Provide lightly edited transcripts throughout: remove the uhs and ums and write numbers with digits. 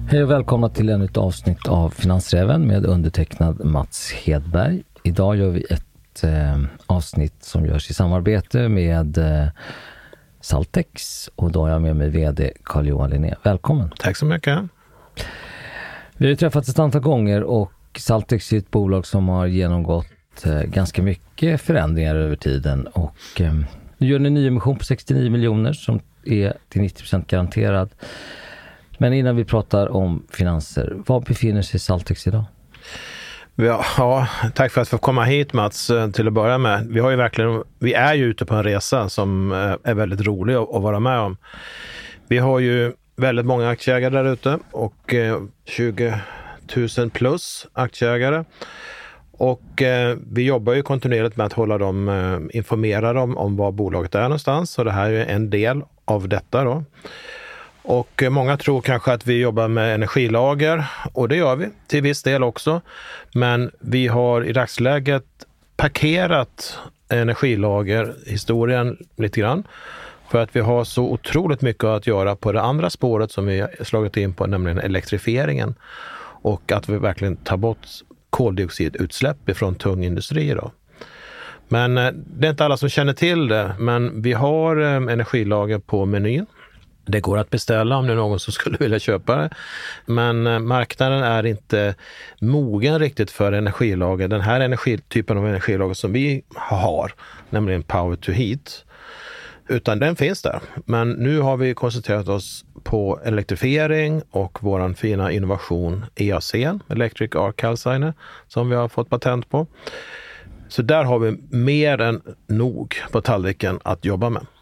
Hej och välkomna till ännu ett avsnitt av Finansräven med undertecknad Mats Hedberg. Idag gör vi ett avsnitt som görs i samarbete med Saltex och då har jag med mig vd Carl-Johan Linné. Välkommen. Tack så mycket. Vi har träffats ett antal gånger och Saltex är ett bolag som har genomgått ganska mycket förändringar över tiden och nu gör ni en nyemission på 69 miljoner som är till 90% garanterad. Men innan vi pratar om finanser, var befinner sig Saltex idag? Ja, tack för att få komma hit Mats till att börja med. Vi är ju ute på en resa som är väldigt rolig att vara med om. Vi har ju väldigt många aktieägare där ute och 20 000 plus aktieägare. Och vi jobbar ju kontinuerligt med att hålla dem informerade om vad bolaget är någonstans. Och det här är en del av detta då. Och många tror kanske att vi jobbar med energilager och det gör vi till viss del också. Men vi har i dagsläget parkerat energilagerhistorien lite grann. För att vi har så otroligt mycket att göra på det andra spåret som vi har slagit in på, nämligen elektrifieringen. Och att vi verkligen tar bort koldioxidutsläpp från tung industri då. Men det är inte alla som känner till det, men vi har energilager på menyn. Det går att beställa om det är någon som skulle vilja köpa det. Men marknaden är inte mogen riktigt för energilager. Den här energitypen av energilager som vi har, nämligen Power to Heat. Utan den finns där. Men nu har vi koncentrerat oss på elektrifiering och våran fina innovation EAC, Electric Arc Calciner, som vi har fått patent på. Så där har vi mer än nog på tallriken att jobba med.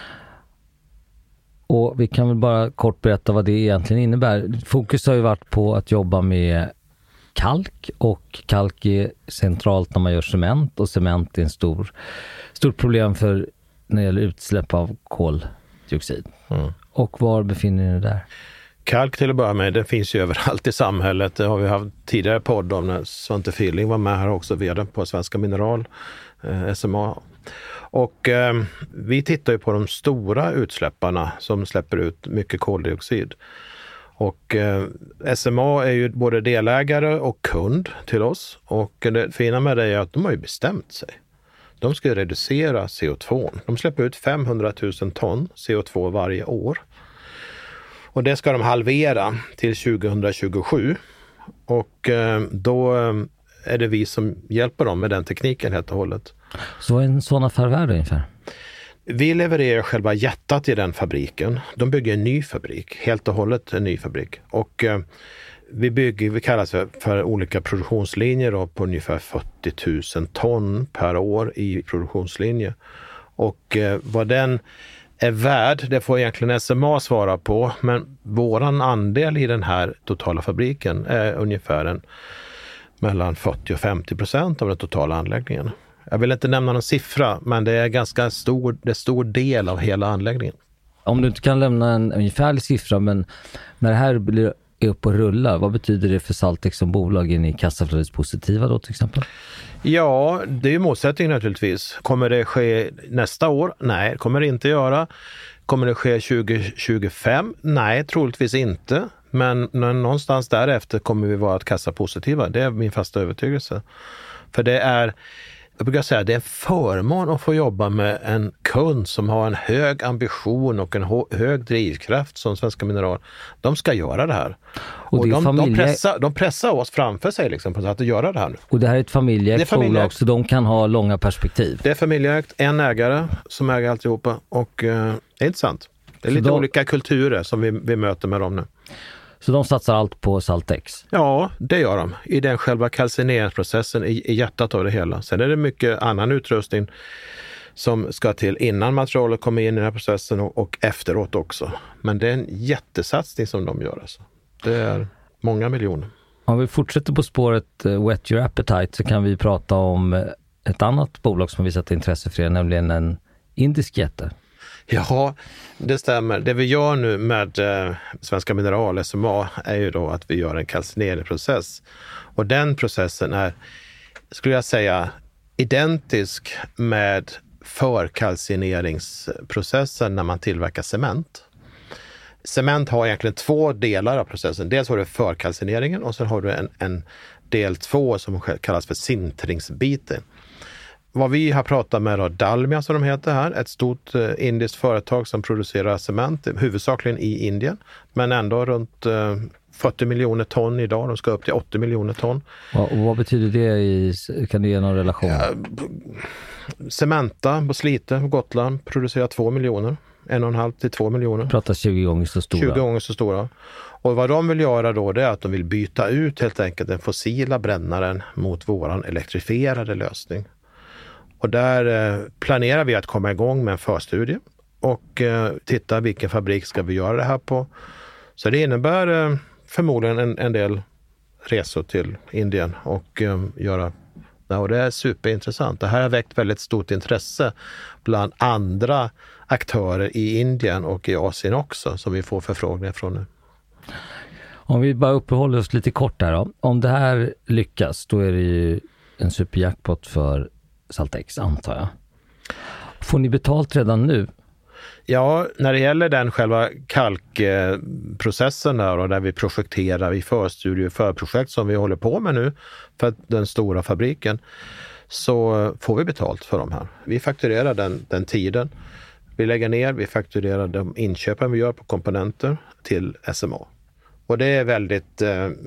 Och vi kan väl bara kort berätta vad det egentligen innebär. Fokus har ju varit på att jobba med kalk och kalk är centralt när man gör cement och cement är en stort problem för när det gäller utsläpp av koldioxid. Och var befinner ni där? Kalk till att börja med, det finns ju överallt i samhället. Det har vi haft tidigare podd om när Svante Filling var med här också, vd på Svenska Mineral, SMA. Och vi tittar ju på de stora utsläpparna som släpper ut mycket koldioxid. Och SMA är ju både delägare och kund till oss. Och det fina med det är att de har ju bestämt sig. De ska reducera CO2. De släpper ut 500 000 ton CO2 varje år. Och det ska de halvera till 2027. Och då är det vi som hjälper dem med den tekniken helt och hållet. Så vad är en sån affär värd ungefär? Vi levererar själva hjärtat i den fabriken. De bygger en ny fabrik, helt och hållet en ny fabrik. Och vi kallas för olika produktionslinjer då, på ungefär 40 000 ton per år i produktionslinje. Och vad den är värd, det får egentligen SMA svara på. Men våran andel i den här totala fabriken är ungefär mellan 40 och 50% av den totala anläggningen. Jag vill inte nämna någon siffra, men det är ganska stor del av hela anläggningen. Om du inte kan lämna en ungefärlig siffra, men när det här blir upp och rullar, vad betyder det för Saltex som bolag? Är ni kassaflödespositiva då till exempel? Ja, det är ju målsättningen naturligtvis. Kommer det ske nästa år? Nej, kommer det inte göra. Kommer det ske 2025? Nej, troligtvis inte. Men någonstans därefter kommer vi vara kassapositiva. Det är min fasta övertygelse. För jag brukar säga, det är en förmån att få jobba med en kund som har en hög ambition och en hög drivkraft som Svenska Mineral. De ska göra det här. Och de pressar oss framför sig liksom på att göra det här nu. Och det här är ett familjeägt bolag så de kan ha långa perspektiv. Det är familjeägt, en ägare som äger alltihopa och det är intressant. Det är lite olika kulturer som vi möter med dem nu. Så de satsar allt på Saltex? Ja, det gör de. I den själva kalcineringsprocessen i hjärtat av det hela. Sen är det mycket annan utrustning som ska till innan materialet kommer in i den här processen och efteråt också. Men det är en jättesatsning som de gör. Alltså. Det är många miljoner. Om vi fortsätter på spåret Whet Your Appetite så kan vi prata om ett annat bolag som vi visat intresse för, nämligen en indisk jätte. Ja, det stämmer. Det vi gör nu med Svenska Mineral, SMA, är ju då att vi gör en kalcineringsprocess. Och den processen är, skulle jag säga, identisk med förkalcineringsprocessen när man tillverkar cement. Cement har egentligen 2 delar av processen. Dels har du förkalcineringen och sen har du en del 2 som kallas för sintringsbiten. Vad vi har pratat med då, Dalmia som de heter här, ett stort indiskt företag som producerar cement, huvudsakligen i Indien, men ändå runt 40 miljoner ton idag, de ska upp till 80 miljoner ton. Och vad betyder det kan du ge någon relation? Cementa på Slite på Gotland producerar 2 miljoner, 1,5 till 2 miljoner. Pratar 20 gånger så stora. 20 gånger så stora. Och vad de vill göra då, det är att de vill byta ut helt enkelt den fossila brännaren mot våran elektrifierade lösning. Och där planerar vi att komma igång med en förstudie och titta vilken fabrik ska vi göra det här på. Så det innebär förmodligen en del resor till Indien och göra. Och det är superintressant. Det här har väckt väldigt stort intresse bland andra aktörer i Indien och i Asien också, som vi får förfrågningar från nu. Om vi bara uppehåller oss lite kort där då. Om det här lyckas, då är det ju en superjackpot för Saltex, antar jag. Får ni betalt redan nu? Ja, när det gäller den själva kalkprocessen där vi projekterar i förprojekt som vi håller på med nu för den stora fabriken, så får vi betalt för de här. Vi fakturerar den tiden. Vi lägger ner, vi fakturerar de inköpen vi gör på komponenter till SMA. Och det är väldigt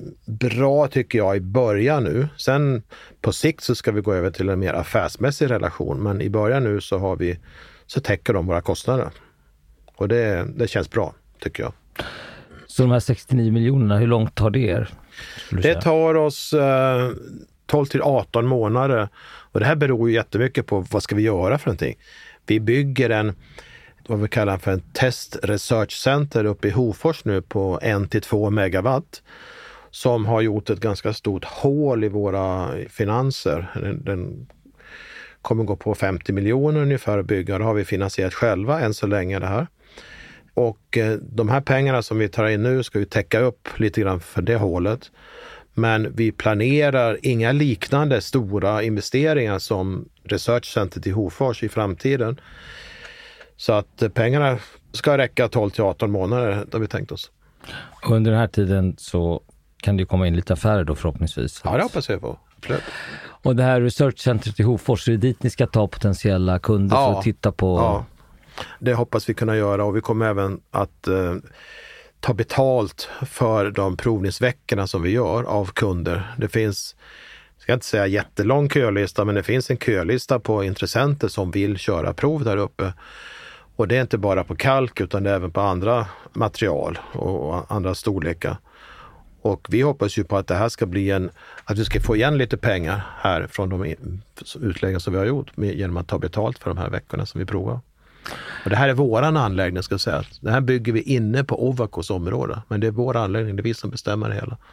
bra tycker jag i början nu. Sen på sikt så ska vi gå över till en mer affärsmässig relation. Men i början nu så täcker de våra kostnader. Och det känns bra tycker jag. Så de här 69 miljonerna, hur långt tar det er? Det tar oss 12 till 18 månader. Och det här beror ju jättemycket på vad ska vi göra för någonting. Vi bygger vad vi kallar för en test research center uppe i Hofors nu på 1-2 megawatt som har gjort ett ganska stort hål i våra finanser. Den kommer gå på 50 miljoner ungefär att bygga. Det har vi finansierat själva än så länge det här. Och de här pengarna som vi tar in nu ska ju täcka upp lite grann för det hålet. Men vi planerar inga liknande stora investeringar som researchcentret i Hofors i framtiden. Så att pengarna ska räcka 12 till 18 månader, har vi tänkt oss. Och under den här tiden så kan det komma in lite affärer då förhoppningsvis. Ja, det hoppas jag på. Absolut. Och det här researchcentret i Hofors, är det dit ni ska ta potentiella kunder för att titta på? Ja, det hoppas vi kunna göra och vi kommer även att ta betalt för de provningsveckorna som vi gör av kunder. Det finns, jag ska inte säga jättelång kölista, men det finns en kölista på intressenter som vill köra prov där uppe. Och det är inte bara på kalk utan det är även på andra material och andra storlekar. Och vi hoppas ju på att det här ska bli att vi ska få igen lite pengar här från de utläggen som vi har gjort genom att ta betalt för de här veckorna som vi provar. Och det här är våran anläggning ska jag säga. Det här bygger vi inne på Ovacos område. Men det är vår anläggning, det är vi som bestämmer det hela.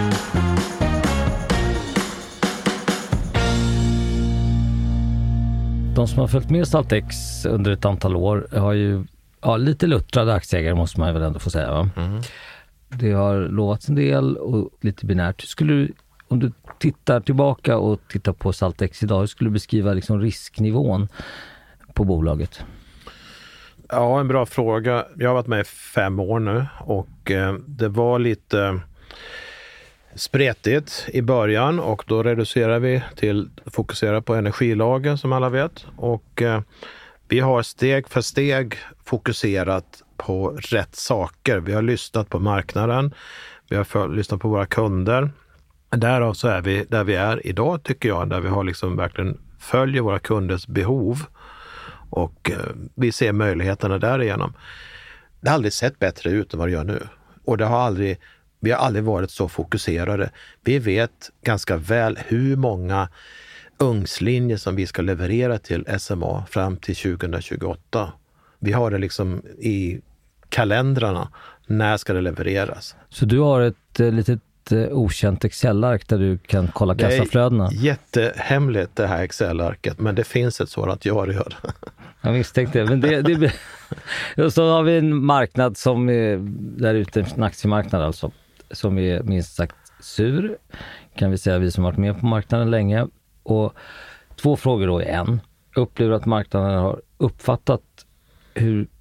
De som har följt med Saltex under ett antal år har ju lite luttrade aktieägare måste man väl ändå få säga va? Mm. Det har lovats en del och lite binärt. Om du tittar tillbaka och tittar på Saltex idag, hur skulle du beskriva liksom risknivån på bolaget? Ja, en bra fråga. Jag har varit med i 5 år nu och det var lite spretigt i början och då reducerar vi till att fokusera på energilager som alla vet och vi har steg för steg fokuserat på rätt saker. Vi har lyssnat på marknaden, vi har lyssnat på våra kunder. Därav så är vi där vi är idag tycker jag, där vi har liksom verkligen följer våra kunders behov och vi ser möjligheterna därigenom. Det har aldrig sett bättre ut än vad det gör nu och vi har aldrig varit så fokuserade. Vi vet ganska väl hur många ugnslinjer som vi ska leverera till SMA fram till 2028. Vi har det liksom i kalendrarna. När ska det levereras? Så du har ett litet okänt Excel-ark där du kan kolla kassaflödena? Det är jättehemligt det här Excel-arket, men det finns ett sådant jag gör. Jag misstänkte det. Men så har vi en marknad som är där ute, en aktiemarknad alltså, som är minst sagt sur, kan vi säga, vi som varit med på marknaden länge. Och 2 frågor då är en. Upplever att marknaden har uppfattat hur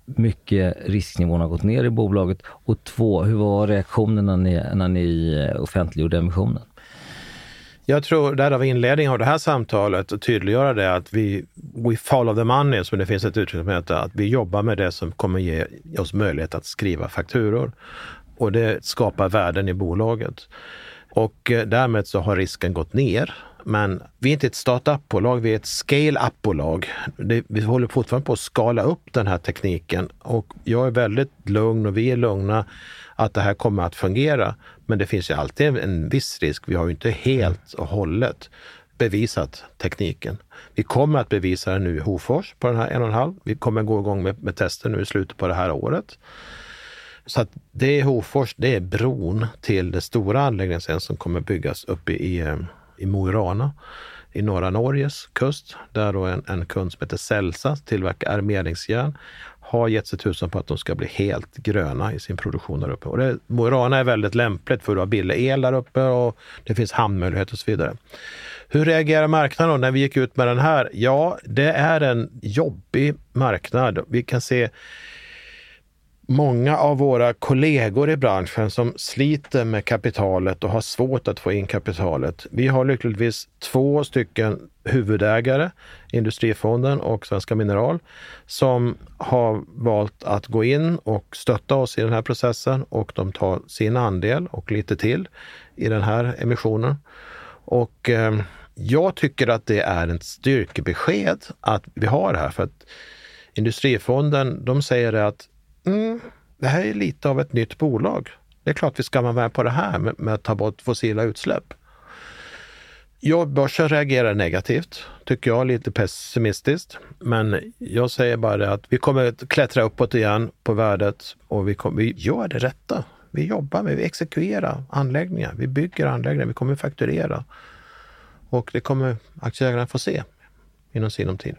mycket risknivån har gått ner i bolaget? Och 2, hur var reaktionerna när ni offentliggjorde emissionen? Jag tror, där har vi inledningen av det här samtalet och tydliggöra det att we follow the money, som det finns ett uttryck som heter, att vi jobbar med det som kommer ge oss möjlighet att skriva fakturor. Och det skapar värden i bolaget. Och därmed så har risken gått ner. Men vi är inte ett startup-bolag, vi är ett scale-up-bolag. Vi håller fortfarande på att skala upp den här tekniken. Och jag är väldigt lugn och vi är lugna att det här kommer att fungera. Men det finns ju alltid en viss risk. Vi har ju inte helt och hållet bevisat tekniken. Vi kommer att bevisa det nu i Hofors på den här 1,5. Vi kommer gå igång med tester nu i slutet på det här året. Så att det är Hofors, det är bron till det stora anläggningen sen som kommer byggas uppe i Mo i Rana i norra Norges kust. Där då en kund som heter Celsa tillverkar armeringsjärn har gett sig tusan på att de ska bli helt gröna i sin produktion där uppe. Och Mo i Rana är väldigt lämpligt för att ha billig el där uppe och det finns hamnmöjligheter och så vidare. Hur reagerar marknaden då när vi gick ut med den här? Ja, det är en jobbig marknad. Vi kan se många av våra kollegor i branschen som sliter med kapitalet och har svårt att få in kapitalet. Vi har lyckligtvis 2 stycken huvudägare, Industrifonden och Svenska Mineral, som har valt att gå in och stötta oss i den här processen och de tar sin andel och lite till i den här emissionen. Och jag tycker att det är ett styrkebesked att vi har det här, för att Industrifonden, de säger att det här är lite av ett nytt bolag. Det är klart vi ska vara med på det här med att ta bort fossila utsläpp. Börsen reagerar negativt, tycker jag, lite pessimistiskt. Men jag säger bara det att vi kommer att klättra uppåt igen på värdet och vi gör det rätta. Vi jobbar med, vi exekverar anläggningar, vi bygger anläggningar, vi kommer fakturera. Och det kommer aktieägarna få se inom sinom tid.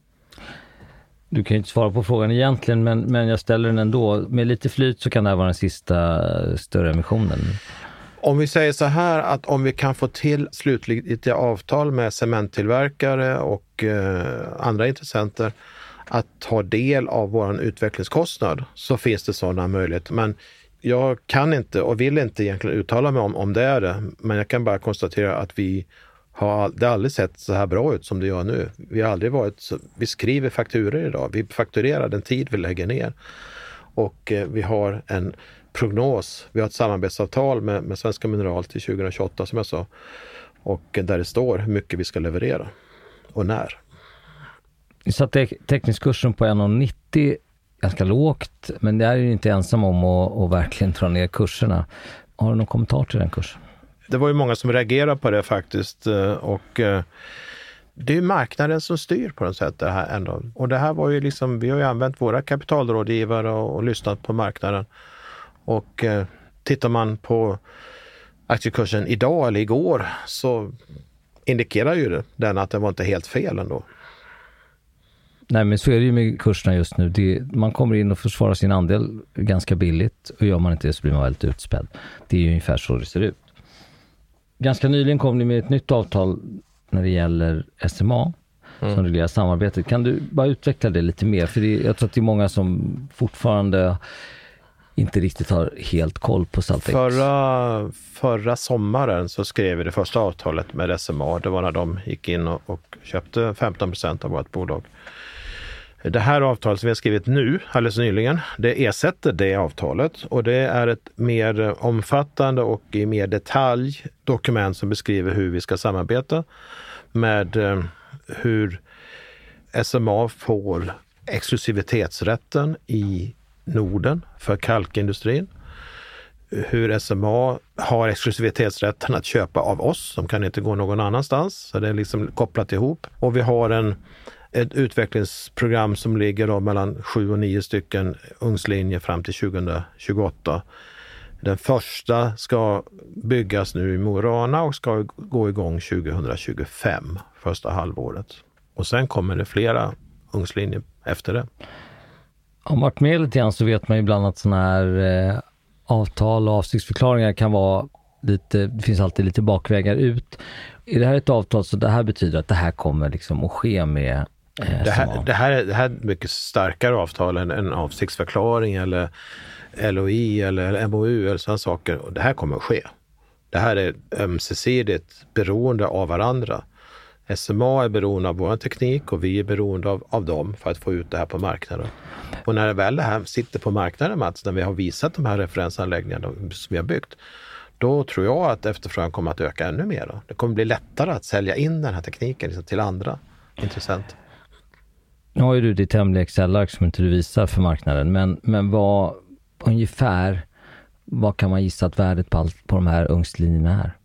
Du kan ju inte svara på frågan egentligen, men jag ställer den ändå. Med lite flyt så kan det här vara den sista större emissionen. Om vi säger så här, att om vi kan få till slutligt avtal med cementtillverkare och andra intressenter att ta del av vår utvecklingskostnad, så finns det sådana möjligheter. Men jag kan inte och vill inte egentligen uttala mig om det är det. Men jag kan bara konstatera att det har aldrig sett så här bra ut som det gör nu. Vi skriver fakturor idag. Vi fakturerar den tid vi lägger ner. Och vi har en prognos. Vi har ett samarbetsavtal med Svenska Mineral till 2028 som jag sa. Och där det står hur mycket vi ska leverera och när. Vi satte teckningskursen på 1,90, ganska lågt. Men det är ju inte ensam om att verkligen dra ner kurserna. Har du någon kommentar till den kursen? Det var ju många som reagerade på det faktiskt och det är ju marknaden som styr på något sätt det här ändå. Och det här var ju liksom, vi har ju använt våra kapitalrådgivare och lyssnat på marknaden. Och tittar man på aktiekursen idag eller igår så indikerar ju den att det var inte helt fel ändå. Nej, men så är det ju med kurserna just nu. Man kommer in och försvarar sin andel ganska billigt och gör man inte det så blir man väldigt utspädd. Det är ju ungefär så det ser ut. Ganska nyligen kom ni med ett nytt avtal när det gäller SMA som reglerar samarbetet. Kan du bara utveckla det lite mer? För jag tror att det är många som fortfarande inte riktigt har helt koll på Saltex. Förra sommaren så skrev vi det första avtalet med SMA. Det var när de gick in och köpte 15% av vårt bolag. Det här avtalet som vi har skrivit nu, alldeles nyligen, det ersätter det avtalet och det är ett mer omfattande och i mer detalj dokument som beskriver hur vi ska samarbeta med hur SMA får exklusivitetsrätten i Norden för kalkindustrin. Hur SMA har exklusivitetsrätten att köpa av oss som kan inte gå någon annanstans. Så det är liksom kopplat ihop. Och vi har ett utvecklingsprogram som ligger då mellan 7 och 9 stycken ugnslinjer fram till 2028. Den första ska byggas nu i Mo i Rana och ska gå igång 2025, första halvåret. Och sen kommer det flera ugnslinjer efter det. Om man varit med lite grann så vet man ju ibland att sådana här avtal och avsiktsförklaringar kan vara lite, det finns alltid lite bakvägar ut. Är det här ett avtal så det här betyder att det här kommer liksom att ske med Det här är ett mycket starkare avtal än en avsiktsförklaring eller LOI eller MOU eller sådana saker. Och det här kommer att ske. Det här är ömsesidigt beroende av varandra. SMA är beroende av vår teknik och vi är beroende av dem för att få ut det här på marknaden. Och när väl det här sitter på marknaden, Mats, när vi har visat de här referensanläggningarna som vi har byggt, då tror jag att efterfrågan kommer att öka ännu mer. Då. Det kommer bli lättare att sälja in den här tekniken liksom till andra intressenter. Nu har ju du ditt hemliga Excel-ark som inte du visar för marknaden, men vad kan man gissa att värdet på de här ugnslinjerna är?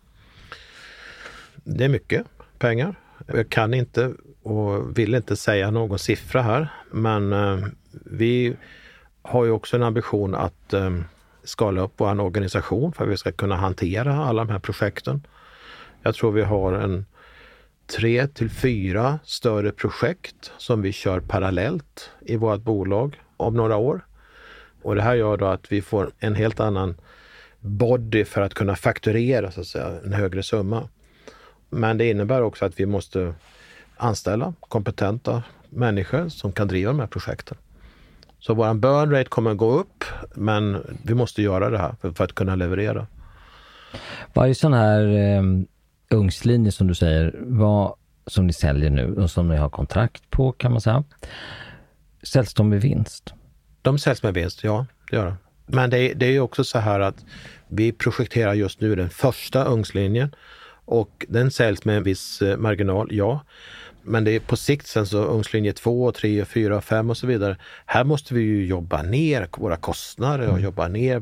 Det är mycket pengar. Jag kan inte och vill inte säga någon siffra här, men vi har ju också en ambition att skala upp vår organisation för att vi ska kunna hantera alla de här projekten. Jag tror vi har 3 till 4 större projekt som vi kör parallellt i vårt bolag om några år. Och det här gör då att vi får en helt annan body för att kunna fakturera så att säga, en högre summa. Men det innebär också att vi måste anställa kompetenta människor som kan driva de här projekten. Så vår burn rate kommer att gå upp, men vi måste göra det här för att kunna leverera. Varje sån här ugnslinje som du säger, som ni säljer nu och som ni har kontrakt på kan man säga, säljs de med vinst? De säljs med vinst, ja, det gör de. Men det är ju också så här att vi projekterar just nu den första ugnslinjen och den säljs med en viss marginal, ja. Men det är på sikt sen så ugnslinje 2, 3, 4, 5 och så vidare. Här måste vi ju jobba ner våra kostnader och jobba ner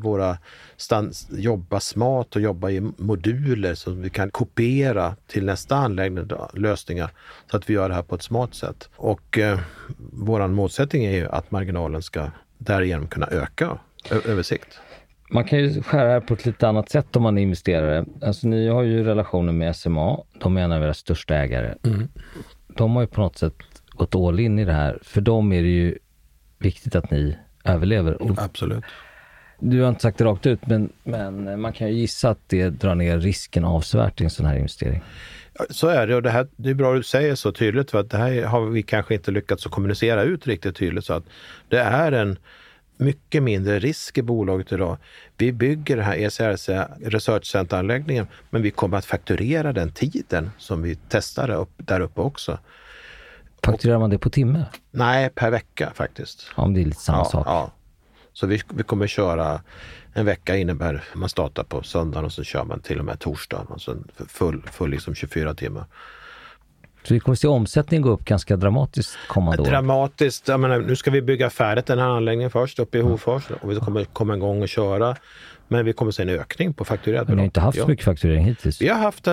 jobba smart och jobba i moduler så att vi kan kopiera till nästa anläggning lösningar så att vi gör det här på ett smart sätt. Och våran målsättning är ju att marginalen ska därigenom kunna öka över sikt. Man kan ju skära här på ett lite annat sätt om man är investerare. Alltså ni har ju relationer med SMA, de är en av era största ägare. Mm. De har ju på något sätt gått all in i det här. För dem är det ju viktigt att ni överlever. Och absolut. Du har inte sagt det rakt ut, men man kan ju gissa att det drar ner risken avsevärt i en sån här investering. Så är det, och det är bra att du säger så tydligt, för att det här har vi kanske inte lyckats att kommunicera ut riktigt tydligt, så att det är en mycket mindre risk i bolaget idag. Vi bygger den här ECRC Research Center-anläggningen, men vi kommer att fakturera den tiden som vi testar där uppe också. Fakturerar man det på timme? Nej, per vecka faktiskt. Ja, men det är lite samma sak. Ja. Så vi kommer köra en vecka, innebär man startar på söndagen och så kör man till och med torsdagen och sen full liksom 24 timmar. Så vi kommer se omsättningen gå upp ganska dramatiskt kommande år? Dramatiskt, jag menar, nu ska vi bygga färdigt den här anläggningen först uppe i Hofors och vi kommer komma igång och köra, men vi kommer se en ökning på fakturerad belopp. Men ni har inte haft så mycket fakturering hittills? Vi har haft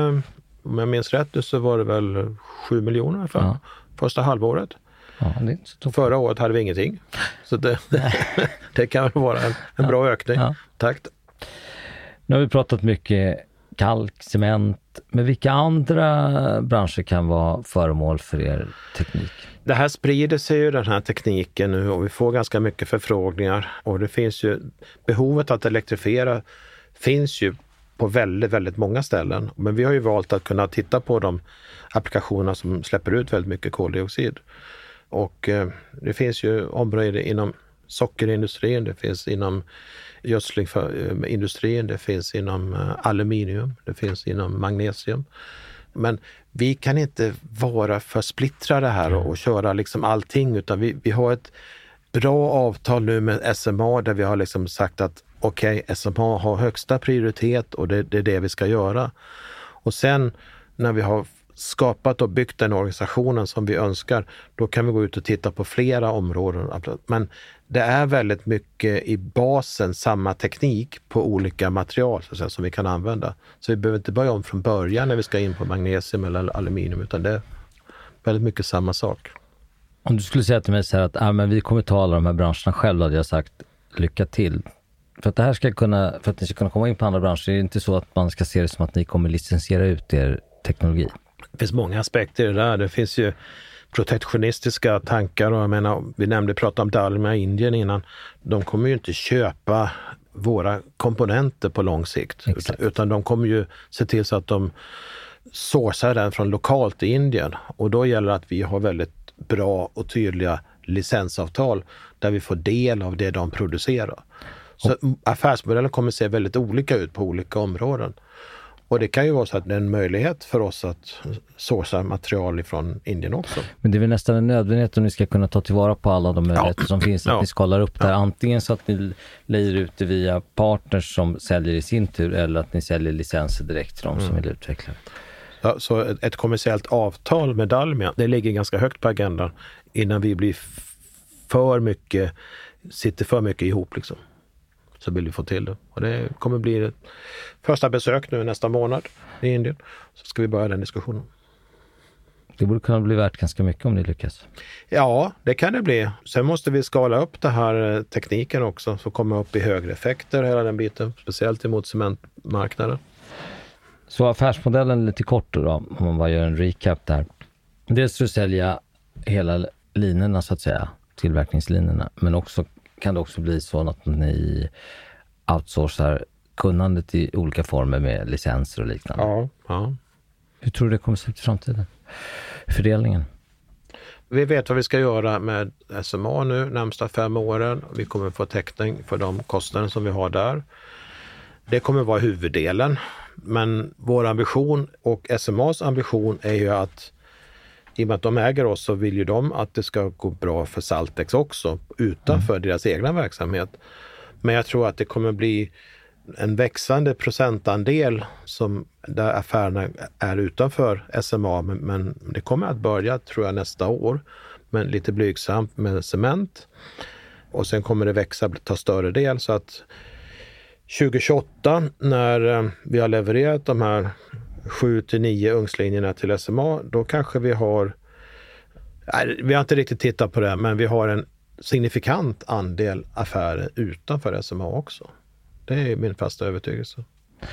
om jag minns rätt så var det väl 7 miljoner för första halvåret. Ja, det är inte så förra året hade vi ingenting. Så det kan väl vara en bra ökning. Ja. Tack. Nu har vi pratat mycket kalk, cement. Men vilka andra branscher kan vara föremål för er teknik? Det här sprider sig ju, den här tekniken nu, och vi får ganska mycket förfrågningar. Och det finns ju, behovet att elektrifiera finns ju på väldigt, väldigt många ställen. Men vi har ju valt att kunna titta på de applikationerna som släpper ut väldigt mycket koldioxid. Och det finns ju områden inom sockerindustrin, det finns inom gödslingindustrin, det finns inom aluminium, det finns inom magnesium. Men vi kan inte vara för splittrade här och köra liksom allting, utan vi har ett bra avtal nu med SMA där vi har liksom sagt att okej, SMA har högsta prioritet och det är det vi ska göra. Och sen när vi har skapat och byggt den organisationen som vi önskar, då kan vi gå ut och titta på flera områden. Men det är väldigt mycket i basen samma teknik på olika material så att säga, som vi kan använda. Så vi behöver inte börja om från början när vi ska in på magnesium eller aluminium, utan det är väldigt mycket samma sak. Om du skulle säga till mig så här att men vi kommer ta alla de här branscherna själv, hade jag sagt lycka till. För att ni ska kunna komma in på andra branscher, är det inte så att man ska se det som att ni kommer licensiera ut er teknologi? Det finns många aspekter i det där. Det finns ju protektionistiska tankar, och jag menar, vi pratade om Dalma i Indien innan. De kommer ju inte köpa våra komponenter på lång sikt, utan de kommer ju se till så att de sourcar den från lokalt i Indien. Och då gäller det att vi har väldigt bra och tydliga licensavtal där vi får del av det de producerar. Så affärsmodellen kommer se väldigt olika ut på olika områden. Och det kan ju vara så att det är en möjlighet för oss att sourca material från Indien också. Men det är väl nästan en nödvändighet om ni ska kunna ta tillvara på alla de möjligheter som finns, att ni skalar upp det här. Antingen så att ni lejer ut det via partners som säljer i sin tur, eller att ni säljer licenser direkt till de som vill utveckla. Ja, så ett kommersiellt avtal med Dalmia, det ligger ganska högt på agendan innan vi blir sitter för mycket ihop liksom. Så vill vi få till det. Och det kommer bli ett första besök nu nästa månad i Indien. Så ska vi börja den diskussionen. Det borde kunna bli värt ganska mycket om ni lyckas. Ja, det kan det bli. Sen måste vi skala upp det här tekniken också, så komma upp i högre effekter, hela den biten. Speciellt emot cementmarknaden. Så affärsmodellen lite kort då, om man bara gör en recap där. Dels för att sälja hela linorna så att säga, tillverkningslinorna. Men också kan det också bli så att ni outsourcar kunnandet i olika former med licenser och liknande. Ja. Hur tror du det kommer se ut i framtiden? Fördelningen? Vi vet vad vi ska göra med SMA nu närmsta 5 åren. Vi kommer få täckning för de kostnader som vi har där. Det kommer vara huvuddelen. Men vår ambition och SMAs ambition är ju att i och med att de äger oss så vill ju de att det ska gå bra för Saltex också utanför deras egna verksamhet. Men jag tror att det kommer bli en växande procentandel som där affärerna är utanför SMA, men det kommer att börja tror jag nästa år, men lite blygsamt med cement, och sen kommer det växa, ta större del, så att 2028 när vi har levererat de här 7-9 ugnslinjerna till SMA, då kanske vi har inte riktigt tittat på det, men vi har en signifikant andel affärer utanför SMA också. Det är min fasta övertygelse.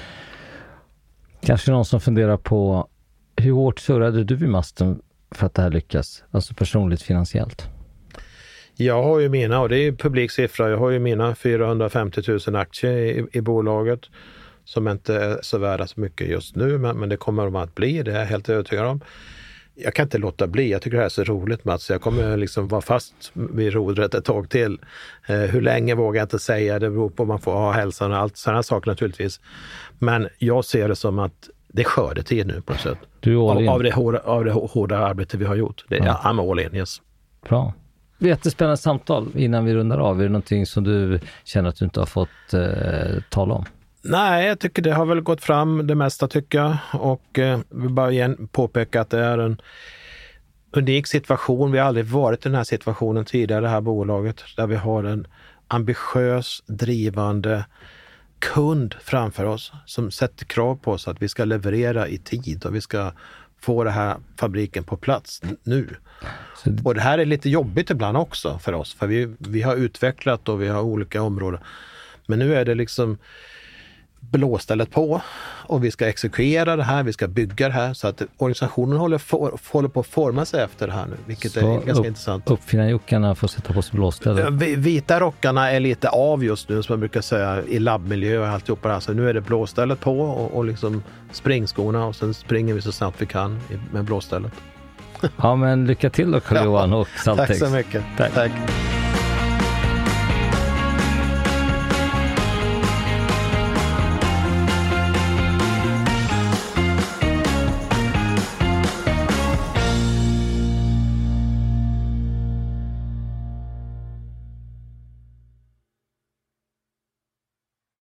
Kanske någon som funderar på hur hårt surrade du vid masten för att det här lyckas? Alltså personligt finansiellt. Jag har ju mina, och det är publiksiffra, jag har ju mina 450 000 aktier i bolaget som inte är så värda så mycket just nu, men det kommer de att bli, det är jag helt övertygad om. Jag kan inte låta bli, jag tycker det här är så roligt, Mats. Jag kommer liksom vara fast vid rodret ett tag till. Hur länge vågar jag inte säga, det beror på om man får ha hälsan och allt sådana saker naturligtvis. Men jag ser det som att det är skördetid nu på något sätt. Du är all in. Av det hårda arbete vi har gjort. I'm all in, yes. Bra. Jättespännande samtal innan vi rundar av. Är det någonting som du känner att du inte har fått tala om? Nej, jag tycker det har väl gått fram det mesta tycker jag. Och vill bara igen påpeka att det är en unik situation. Vi har aldrig varit i den här situationen tidigare, det här bolaget. Där vi har en ambitiös, drivande kund framför oss som sätter krav på oss att vi ska leverera i tid och vi ska få den här fabriken på plats nu. Och det här är lite jobbigt ibland också för oss, för vi har utvecklat och vi har olika områden. Men nu är det liksom blåstället på och vi ska exekvera det här, vi ska bygga det här, så att organisationen håller på att forma sig efter det här nu, vilket så är ganska intressant. Uppfinnarjockarna får sätta på sig blåstället. Vita rockarna är lite av just nu, som man brukar säga, i labbmiljö och alltihopa det här. Så nu är det blåstället på och liksom springskorna, och sen springer vi så snabbt vi kan med blåstället. Ja, men lycka till då Carl-Johan och Saltex. Tack så mycket. Tack.